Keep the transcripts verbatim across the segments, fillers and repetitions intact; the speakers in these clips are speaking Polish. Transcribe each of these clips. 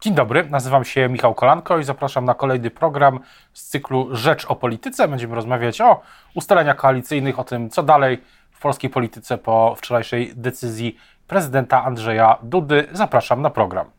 Dzień dobry, nazywam się Michał Kolanko i zapraszam na kolejny program z cyklu Rzecz o Polityce. Będziemy rozmawiać o ustaleniach koalicyjnych, o tym, co dalej w polskiej polityce po wczorajszej decyzji prezydenta Andrzeja Dudy. Zapraszam na program.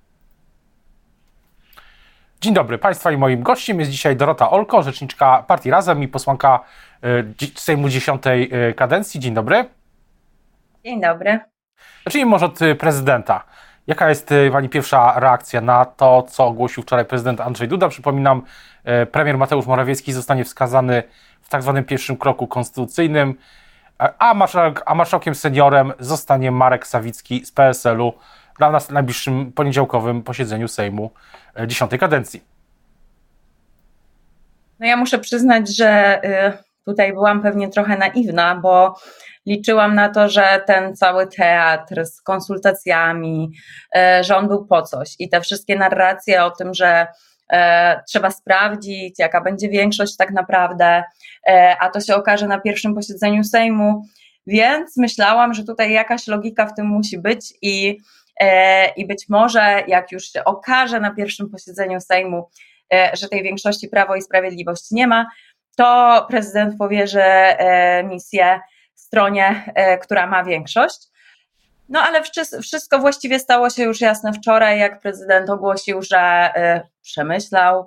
Dzień dobry Państwa i moim gościem jest dzisiaj Dorota Olko, rzeczniczka Partii Razem i posłanka Sejmu dziesiątej kadencji. Dzień dobry. Dzień dobry. Zacznijmy może od prezydenta. Jaka jest Pani pierwsza reakcja na to, co ogłosił wczoraj prezydent Andrzej Duda? Przypominam, premier Mateusz Morawiecki zostanie wskazany w tak zwanym pierwszym kroku konstytucyjnym, a, marszałek, a marszałkiem seniorem zostanie Marek Sawicki z P S L u na nas najbliższym poniedziałkowym posiedzeniu Sejmu dziesiątej kadencji. No ja muszę przyznać, że tutaj byłam pewnie trochę naiwna, bo liczyłam na to, że ten cały teatr z konsultacjami, że on był po coś i te wszystkie narracje o tym, że e, trzeba sprawdzić, jaka będzie większość tak naprawdę, e, a to się okaże na pierwszym posiedzeniu Sejmu, więc myślałam, że tutaj jakaś logika w tym musi być i, e, i być może jak już się okaże na pierwszym posiedzeniu Sejmu, e, że tej większości Prawo i Sprawiedliwość nie ma, to prezydent powierzy e, misję stronie, która ma większość. No ale wszystko właściwie stało się już jasne wczoraj, jak prezydent ogłosił, że przemyślał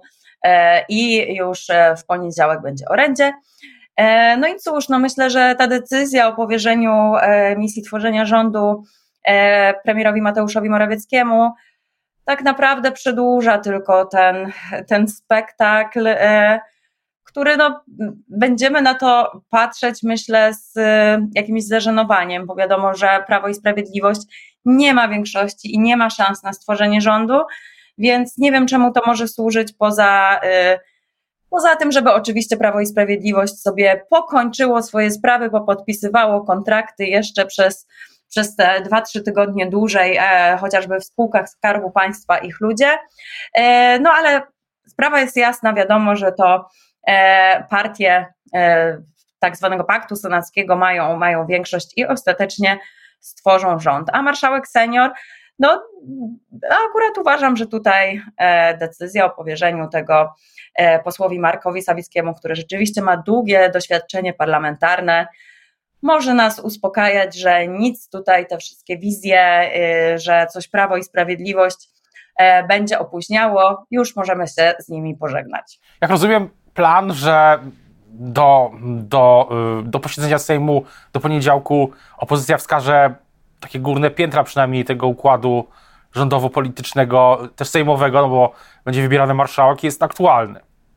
i już w poniedziałek będzie orędzie. No i cóż, no myślę, że ta decyzja o powierzeniu misji tworzenia rządu premierowi Mateuszowi Morawieckiemu tak naprawdę przedłuża tylko ten, ten spektakl, który no, będziemy na to patrzeć, myślę, z jakimś zażenowaniem, bo wiadomo, że Prawo i Sprawiedliwość nie ma większości i nie ma szans na stworzenie rządu, więc nie wiem, czemu to może służyć poza, poza tym, żeby oczywiście Prawo i Sprawiedliwość sobie pokończyło swoje sprawy, popodpisywało kontrakty jeszcze przez, przez te dwa, trzy tygodnie dłużej, e, chociażby w spółkach Skarbu Państwa ich ludzie. E, no ale sprawa jest jasna, wiadomo, że to partie tak zwanego paktu senackiego mają, mają większość i ostatecznie stworzą rząd. A marszałek senior, no akurat uważam, że tutaj decyzja o powierzeniu tego posłowi Markowi Sawickiemu, który rzeczywiście ma długie doświadczenie parlamentarne, może nas uspokajać, że nic tutaj, te wszystkie wizje, że coś Prawo i Sprawiedliwość będzie opóźniało, już możemy się z nimi pożegnać. Jak rozumiem, plan, że do, do, do posiedzenia Sejmu, do poniedziałku opozycja wskaże takie górne piętra przynajmniej tego układu rządowo-politycznego, też sejmowego, no bo będzie wybierany marszałek, jest aktualny.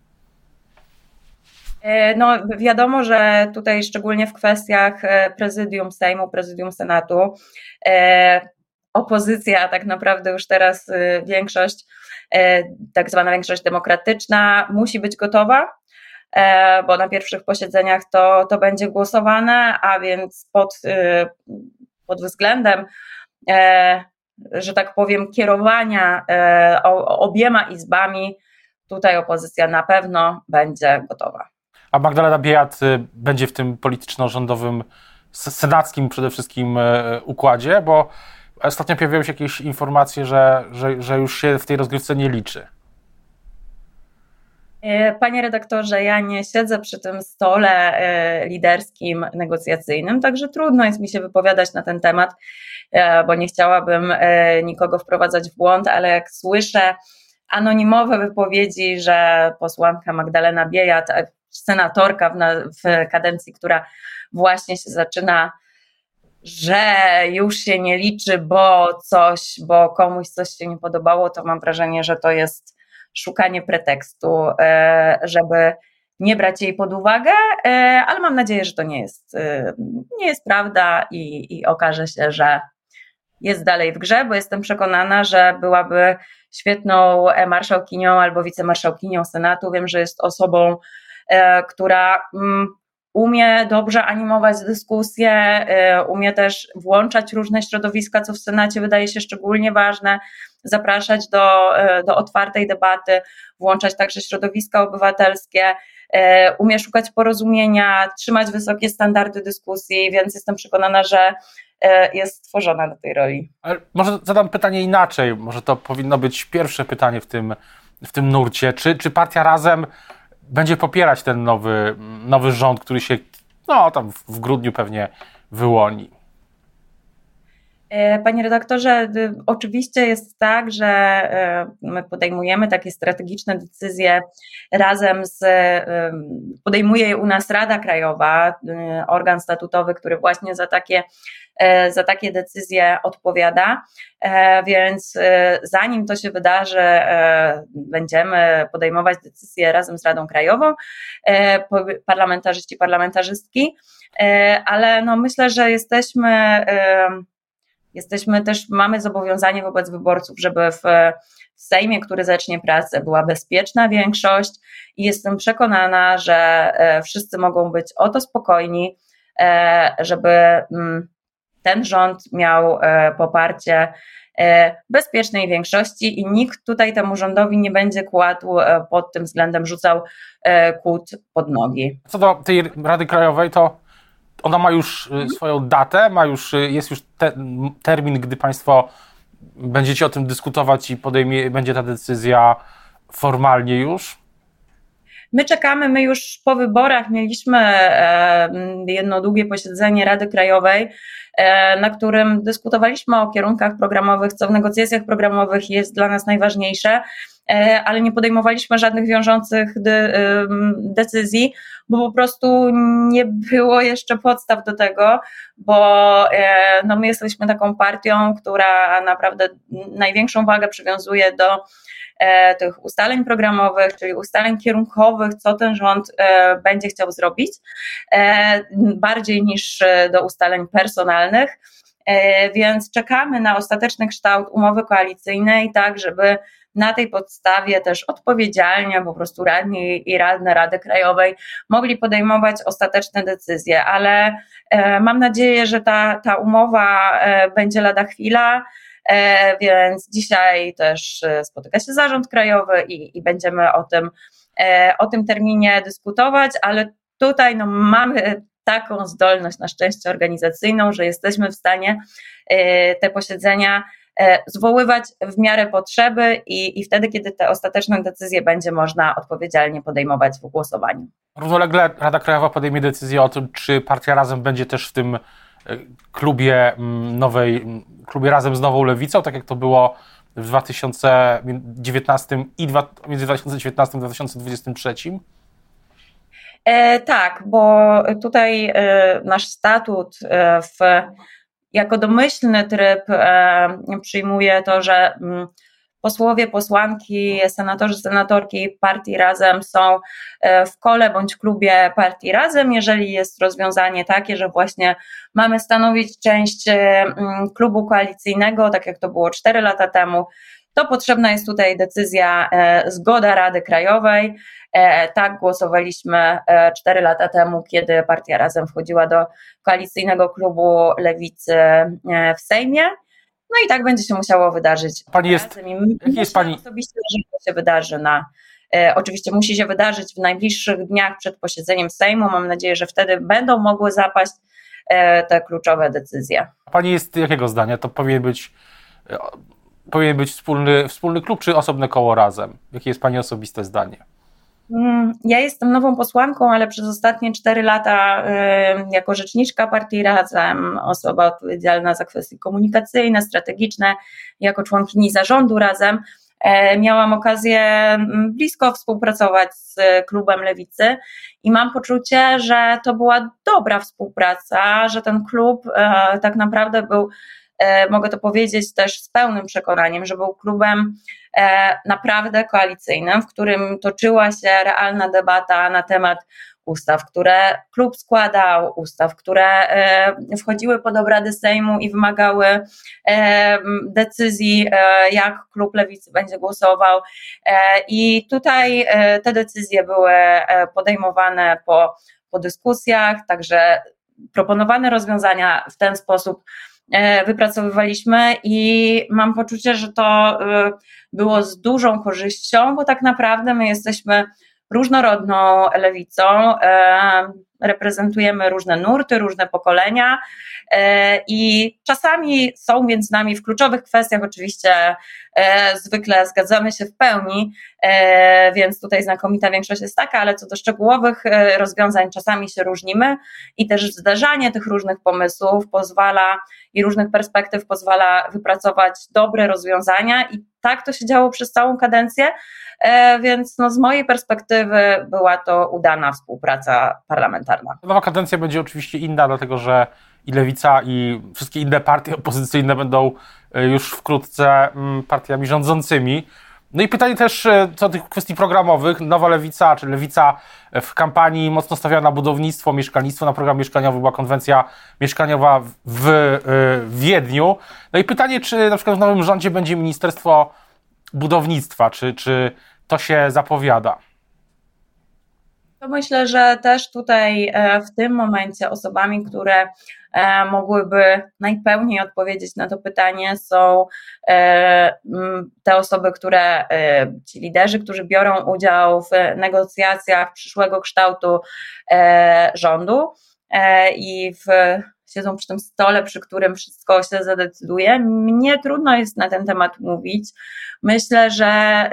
No wiadomo, że tutaj szczególnie w kwestiach prezydium Sejmu, prezydium Senatu, opozycja, tak naprawdę już teraz większość, tak zwana większość demokratyczna musi być gotowa, bo na pierwszych posiedzeniach to, to będzie głosowane, a więc pod, pod względem, że tak powiem, kierowania obiema izbami, tutaj opozycja na pewno będzie gotowa. A Magdalena Biejat będzie w tym polityczno-rządowym, senackim przede wszystkim układzie, bo ostatnio pojawiały się jakieś informacje, że, że, że już się w tej rozgrywce nie liczy. Panie redaktorze, ja nie siedzę przy tym stole liderskim, negocjacyjnym, także trudno jest mi się wypowiadać na ten temat, bo nie chciałabym nikogo wprowadzać w błąd, ale jak słyszę anonimowe wypowiedzi, że posłanka Magdalena Biejat, senatorka w, w kadencji, która właśnie się zaczyna, że już się nie liczy, bo coś, bo komuś coś się nie podobało, to mam wrażenie, że to jest szukanie pretekstu, żeby nie brać jej pod uwagę, ale mam nadzieję, że to nie jest, nie jest prawda i, i okaże się, że jest dalej w grze, bo jestem przekonana, że byłaby świetną marszałkinią albo wicemarszałkinią Senatu. Wiem, że jest osobą, która umie dobrze animować dyskusję, umie też włączać różne środowiska, co w Senacie wydaje się szczególnie ważne, zapraszać do, do otwartej debaty, włączać także środowiska obywatelskie, umie szukać porozumienia, trzymać wysokie standardy dyskusji, więc jestem przekonana, że jest stworzona do tej roli. Ale może zadam pytanie inaczej, może to powinno być pierwsze pytanie w tym, w tym nurcie. Czy, czy partia Razem będzie popierać ten nowy, nowy rząd, który się no, tam w grudniu pewnie wyłoni? Panie redaktorze, oczywiście jest tak, że my podejmujemy takie strategiczne decyzje razem z, podejmuje je u nas Rada Krajowa, organ statutowy, który właśnie za takie, za takie decyzje odpowiada, więc zanim to się wydarzy, będziemy podejmować decyzje razem z Radą Krajową, parlamentarzyści, parlamentarzystki, ale no myślę, że jesteśmy Jesteśmy też, mamy zobowiązanie wobec wyborców, żeby w, w Sejmie, który zacznie pracę, była bezpieczna większość i jestem przekonana, że wszyscy mogą być o to spokojni, żeby ten rząd miał poparcie bezpiecznej większości i nikt tutaj temu rządowi nie będzie kładł pod tym względem, rzucał kłód pod nogi. Co do tej Rady Krajowej, to ona ma już swoją datę, ma już, jest już te, termin, gdy Państwo będziecie o tym dyskutować i podejmie, będzie ta decyzja formalnie już? My czekamy, my już po wyborach mieliśmy jedno długie posiedzenie Rady Krajowej, na którym dyskutowaliśmy o kierunkach programowych, co w negocjacjach programowych jest dla nas najważniejsze, ale nie podejmowaliśmy żadnych wiążących decyzji, bo po prostu nie było jeszcze podstaw do tego, bo no my jesteśmy taką partią, która naprawdę największą wagę przywiązuje do tych ustaleń programowych, czyli ustaleń kierunkowych, co ten rząd będzie chciał zrobić, bardziej niż do ustaleń personalnych, więc czekamy na ostateczny kształt umowy koalicyjnej, tak żeby na tej podstawie też odpowiedzialnie po prostu radni i radne Rady Krajowej mogli podejmować ostateczne decyzje, ale mam nadzieję, że ta, ta umowa będzie lada chwila, więc dzisiaj też spotyka się Zarząd Krajowy i, i będziemy o tym, o tym terminie dyskutować, ale tutaj no, mamy taką zdolność na szczęście organizacyjną, że jesteśmy w stanie te posiedzenia zwoływać w miarę potrzeby i, i wtedy, kiedy te ostateczne decyzje będzie można odpowiedzialnie podejmować w głosowaniu. Równolegle Rada Krajowa podejmie decyzję o tym, czy partia Razem będzie też w tym klubie nowej, klubie Razem z Nową Lewicą, tak jak to było w dwa tysiące dziewiętnastym i dwa, między dwa tysiące dziewiętnastym a dwa tysiące dwudziestym trzecim? E, tak, bo tutaj e, nasz statut e, w jako domyślny tryb e, przyjmuje to, że m, posłowie, posłanki, senatorzy, senatorki partii Razem są e, w kole bądź klubie partii Razem, jeżeli jest rozwiązanie takie, że właśnie mamy stanowić część e, m, klubu koalicyjnego, tak jak to było cztery lata temu, to potrzebna jest tutaj decyzja, e, zgoda Rady Krajowej. E, tak głosowaliśmy cztery lata temu, kiedy partia Razem wchodziła do koalicyjnego klubu Lewicy e, w Sejmie. No i tak będzie się musiało wydarzyć. Pani jest, jaki jest pani... Osobiście, że to się wydarzy na... E, oczywiście musi się wydarzyć w najbliższych dniach przed posiedzeniem Sejmu. Mam nadzieję, że wtedy będą mogły zapaść e, te kluczowe decyzje. Pani jest jakiego zdania? To powinien być... Powinien być wspólny, wspólny klub czy osobne koło Razem? Jakie jest Pani osobiste zdanie? Ja jestem nową posłanką, ale przez ostatnie cztery lata y, jako rzeczniczka partii Razem, osoba odpowiedzialna za kwestie komunikacyjne, strategiczne, jako członkini zarządu Razem, y, miałam okazję blisko współpracować z klubem Lewicy i mam poczucie, że to była dobra współpraca, że ten klub y, tak naprawdę był, mogę to powiedzieć też z pełnym przekonaniem, że był klubem naprawdę koalicyjnym, w którym toczyła się realna debata na temat ustaw, które klub składał, ustaw, które wchodziły pod obrady Sejmu i wymagały decyzji, jak klub Lewicy będzie głosował. I tutaj te decyzje były podejmowane po, po dyskusjach, także proponowane rozwiązania w ten sposób wypracowywaliśmy i mam poczucie, że to było z dużą korzyścią, bo tak naprawdę my jesteśmy różnorodną lewicą, reprezentujemy różne nurty, różne pokolenia i czasami są między nami w kluczowych kwestiach oczywiście zwykle zgadzamy się w pełni, więc tutaj znakomita większość jest taka, ale co do szczegółowych rozwiązań czasami się różnimy i też zderzanie tych różnych pomysłów pozwala i różnych perspektyw pozwala wypracować dobre rozwiązania i tak to się działo przez całą kadencję, więc no z mojej perspektywy była to udana współpraca parlamentarna. Nowa kadencja będzie oczywiście inna, dlatego że i Lewica, i wszystkie inne partie opozycyjne będą już wkrótce partiami rządzącymi. No i pytanie też co do tych kwestii programowych. Nowa Lewica, czy Lewica w kampanii mocno stawiała na budownictwo, mieszkalnictwo, na program mieszkaniowy, była konwencja mieszkaniowa w Wiedniu. No i pytanie, czy na przykład w nowym rządzie będzie Ministerstwo Budownictwa, czy, czy to się zapowiada? To myślę, że też tutaj w tym momencie osobami, które mogłyby najpełniej odpowiedzieć na to pytanie, są te osoby, które, ci liderzy, którzy biorą udział w negocjacjach przyszłego kształtu rządu i w, siedzą przy tym stole, przy którym wszystko się zadecyduje. Mnie trudno jest na ten temat mówić. Myślę, że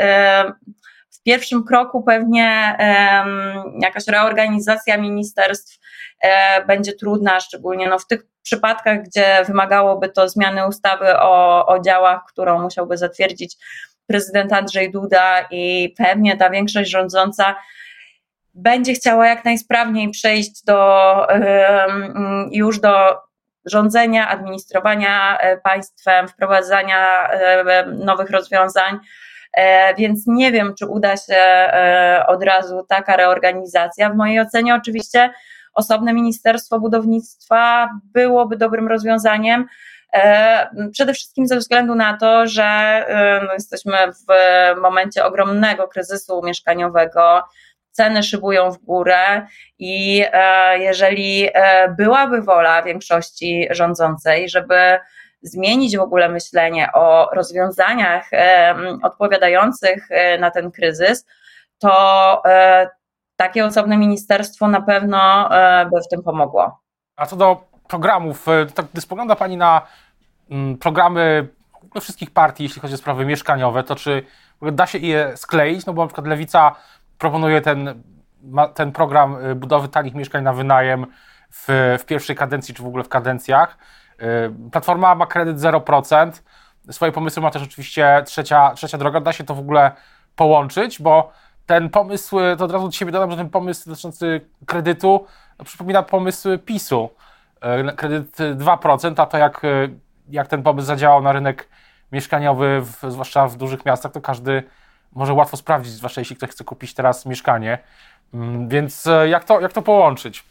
w pierwszym kroku pewnie um, jakaś reorganizacja ministerstw e, będzie trudna, szczególnie no, w tych przypadkach, gdzie wymagałoby to zmiany ustawy o, o działach, którą musiałby zatwierdzić prezydent Andrzej Duda i pewnie ta większość rządząca będzie chciała jak najsprawniej przejść do um, już do rządzenia, administrowania państwem, wprowadzania um, nowych rozwiązań. Więc nie wiem, czy uda się od razu taka reorganizacja. W mojej ocenie oczywiście osobne Ministerstwo Budownictwa byłoby dobrym rozwiązaniem, przede wszystkim ze względu na to, że no, jesteśmy w momencie ogromnego kryzysu mieszkaniowego, ceny szybują w górę i jeżeli byłaby wola większości rządzącej, żeby zmienić w ogóle myślenie o rozwiązaniach odpowiadających na ten kryzys, to takie osobne ministerstwo na pewno by w tym pomogło. A co do programów, tak gdy spogląda Pani na programy wszystkich partii, jeśli chodzi o sprawy mieszkaniowe, to czy da się je skleić? No bo na przykład Lewica proponuje ten, ten program budowy tanich mieszkań na wynajem w, w pierwszej kadencji, czy w ogóle w kadencjach. Platforma ma kredyt zero procent. Swoje pomysły ma też oczywiście trzecia, trzecia droga. Da się to w ogóle połączyć, bo ten pomysł, to od razu od siebie dodam, że ten pomysł dotyczący kredytu no, przypomina pomysł PiSu. Kredyt dwa procent, a to jak, jak ten pomysł zadziałał na rynek mieszkaniowy, w, zwłaszcza w dużych miastach, to każdy może łatwo sprawdzić, zwłaszcza jeśli ktoś chce kupić teraz mieszkanie. Więc jak to, jak to połączyć?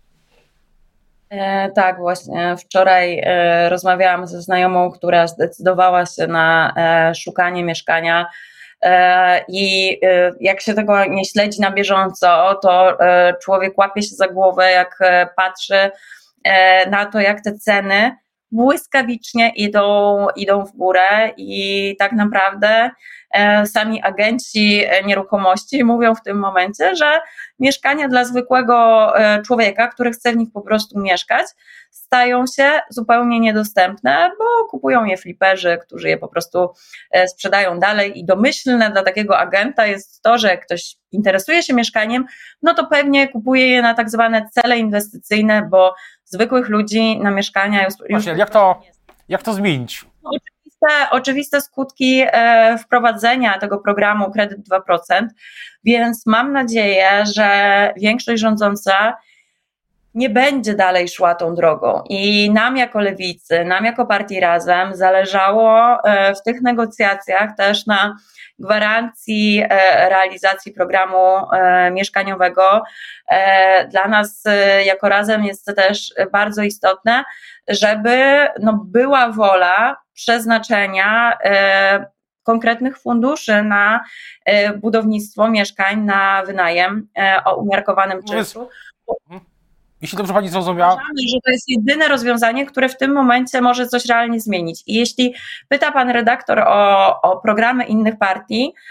Tak, właśnie wczoraj rozmawiałam ze znajomą, która zdecydowała się na szukanie mieszkania i jak się tego nie śledzi na bieżąco, to człowiek łapie się za głowę, jak patrzy na to, jak te ceny błyskawicznie idą, idą w górę i tak naprawdę sami agenci nieruchomości mówią w tym momencie, że mieszkania dla zwykłego człowieka, który chce w nich po prostu mieszkać, stają się zupełnie niedostępne, bo kupują je fliperzy, którzy je po prostu sprzedają dalej i domyślne dla takiego agenta jest to, że jak ktoś interesuje się mieszkaniem, no to pewnie kupuje je na tak zwane cele inwestycyjne, bo zwykłych ludzi na mieszkania już... Właśnie, jak to, jak to zmienić? Oczywiste, oczywiste skutki e, wprowadzenia tego programu Kredyt dwa procent, więc mam nadzieję, że większość rządząca nie będzie dalej szła tą drogą i nam jako Lewicy, nam jako Partii Razem zależało w tych negocjacjach też na gwarancji realizacji programu mieszkaniowego. Dla nas jako Razem jest to też bardzo istotne, żeby no, była wola przeznaczenia konkretnych funduszy na budownictwo mieszkań na wynajem o umiarkowanym czynszu. Jeśli dobrze Pani zrozumiała. Uważamy, że to jest jedyne rozwiązanie, które w tym momencie może coś realnie zmienić. I jeśli pyta Pan redaktor o, o programy innych partii,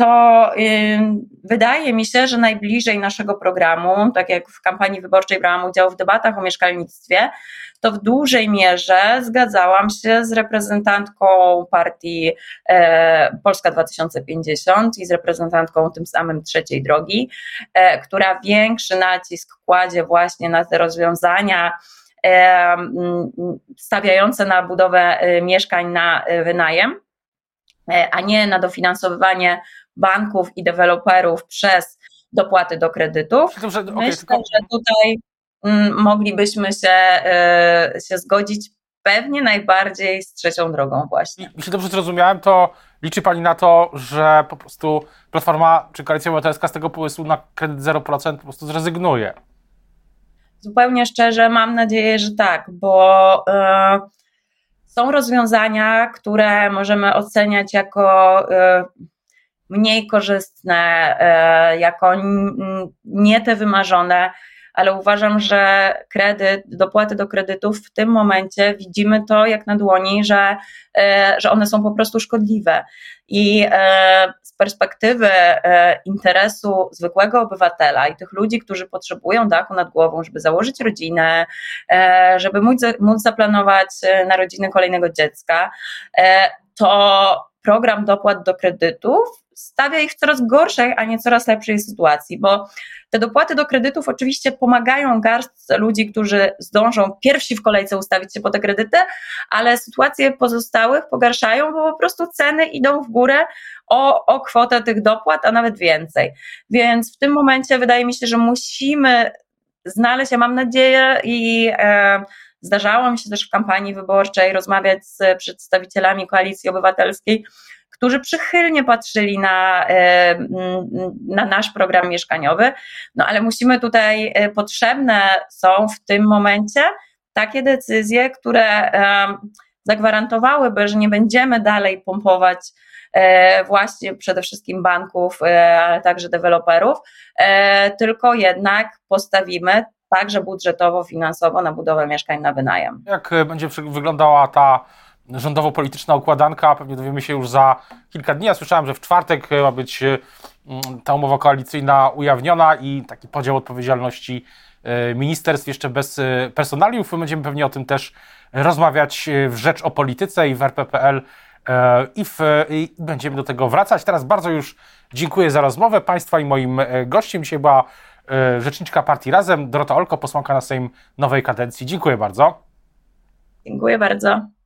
to wydaje mi się, że najbliżej naszego programu, tak jak w kampanii wyborczej brałam udział w debatach o mieszkalnictwie, to w dużej mierze zgadzałam się z reprezentantką partii Polska dwa tysiące pięćdziesiąt i z reprezentantką tym samym Trzeciej Drogi, która większy nacisk kładzie właśnie na te rozwiązania stawiające na budowę mieszkań na wynajem, a nie na dofinansowywanie banków i deweloperów przez dopłaty do kredytów. Dobrze, okay, Myślę, tylko... że tutaj moglibyśmy się, się zgodzić pewnie najbardziej z Trzecią Drogą właśnie. Jeśli dobrze zrozumiałem, to liczy Pani na to, że po prostu Platforma czy Koalicja Obywatelska z tego pomysłu na kredyt zero procent po prostu zrezygnuje? Zupełnie szczerze mam nadzieję, że tak, bo y, są rozwiązania, które możemy oceniać jako y, mniej korzystne, y, jako n, nie te wymarzone, ale uważam, że kredyt, dopłaty do kredytów w tym momencie widzimy to jak na dłoni, że, że one są po prostu szkodliwe i z perspektywy interesu zwykłego obywatela i tych ludzi, którzy potrzebują dachu nad głową, żeby założyć rodzinę, żeby móc, móc zaplanować narodziny kolejnego dziecka, to program dopłat do kredytów stawia ich w coraz gorszej, a nie coraz lepszej sytuacji, bo te dopłaty do kredytów oczywiście pomagają garstce ludzi, którzy zdążą pierwsi w kolejce ustawić się po te kredyty, ale sytuacje pozostałych pogarszają, bo po prostu ceny idą w górę o, o kwotę tych dopłat, a nawet więcej. Więc w tym momencie wydaje mi się, że musimy znaleźć, ja mam nadzieję i e, zdarzało mi się też w kampanii wyborczej rozmawiać z przedstawicielami Koalicji Obywatelskiej, którzy przychylnie patrzyli na, na nasz program mieszkaniowy, no ale musimy tutaj, potrzebne są w tym momencie takie decyzje, które zagwarantowałyby, że nie będziemy dalej pompować właśnie przede wszystkim banków, ale także deweloperów, tylko jednak postawimy także budżetowo, finansowo na budowę mieszkań na wynajem. Jak będzie wyglądała ta rządowo-polityczna układanka? Pewnie dowiemy się już za kilka dni. Ja słyszałem, że w czwartek ma być ta umowa koalicyjna ujawniona i taki podział odpowiedzialności ministerstw jeszcze bez personaliów. Będziemy pewnie o tym też rozmawiać w Rzecz o Polityce i w R P P L i, w, i będziemy do tego wracać. Teraz bardzo już dziękuję za rozmowę Państwa i moim gościem. Dzisiaj była rzeczniczka partii Razem, Dorota Olko, posłanka na Sejm nowej kadencji. Dziękuję bardzo. Dziękuję bardzo.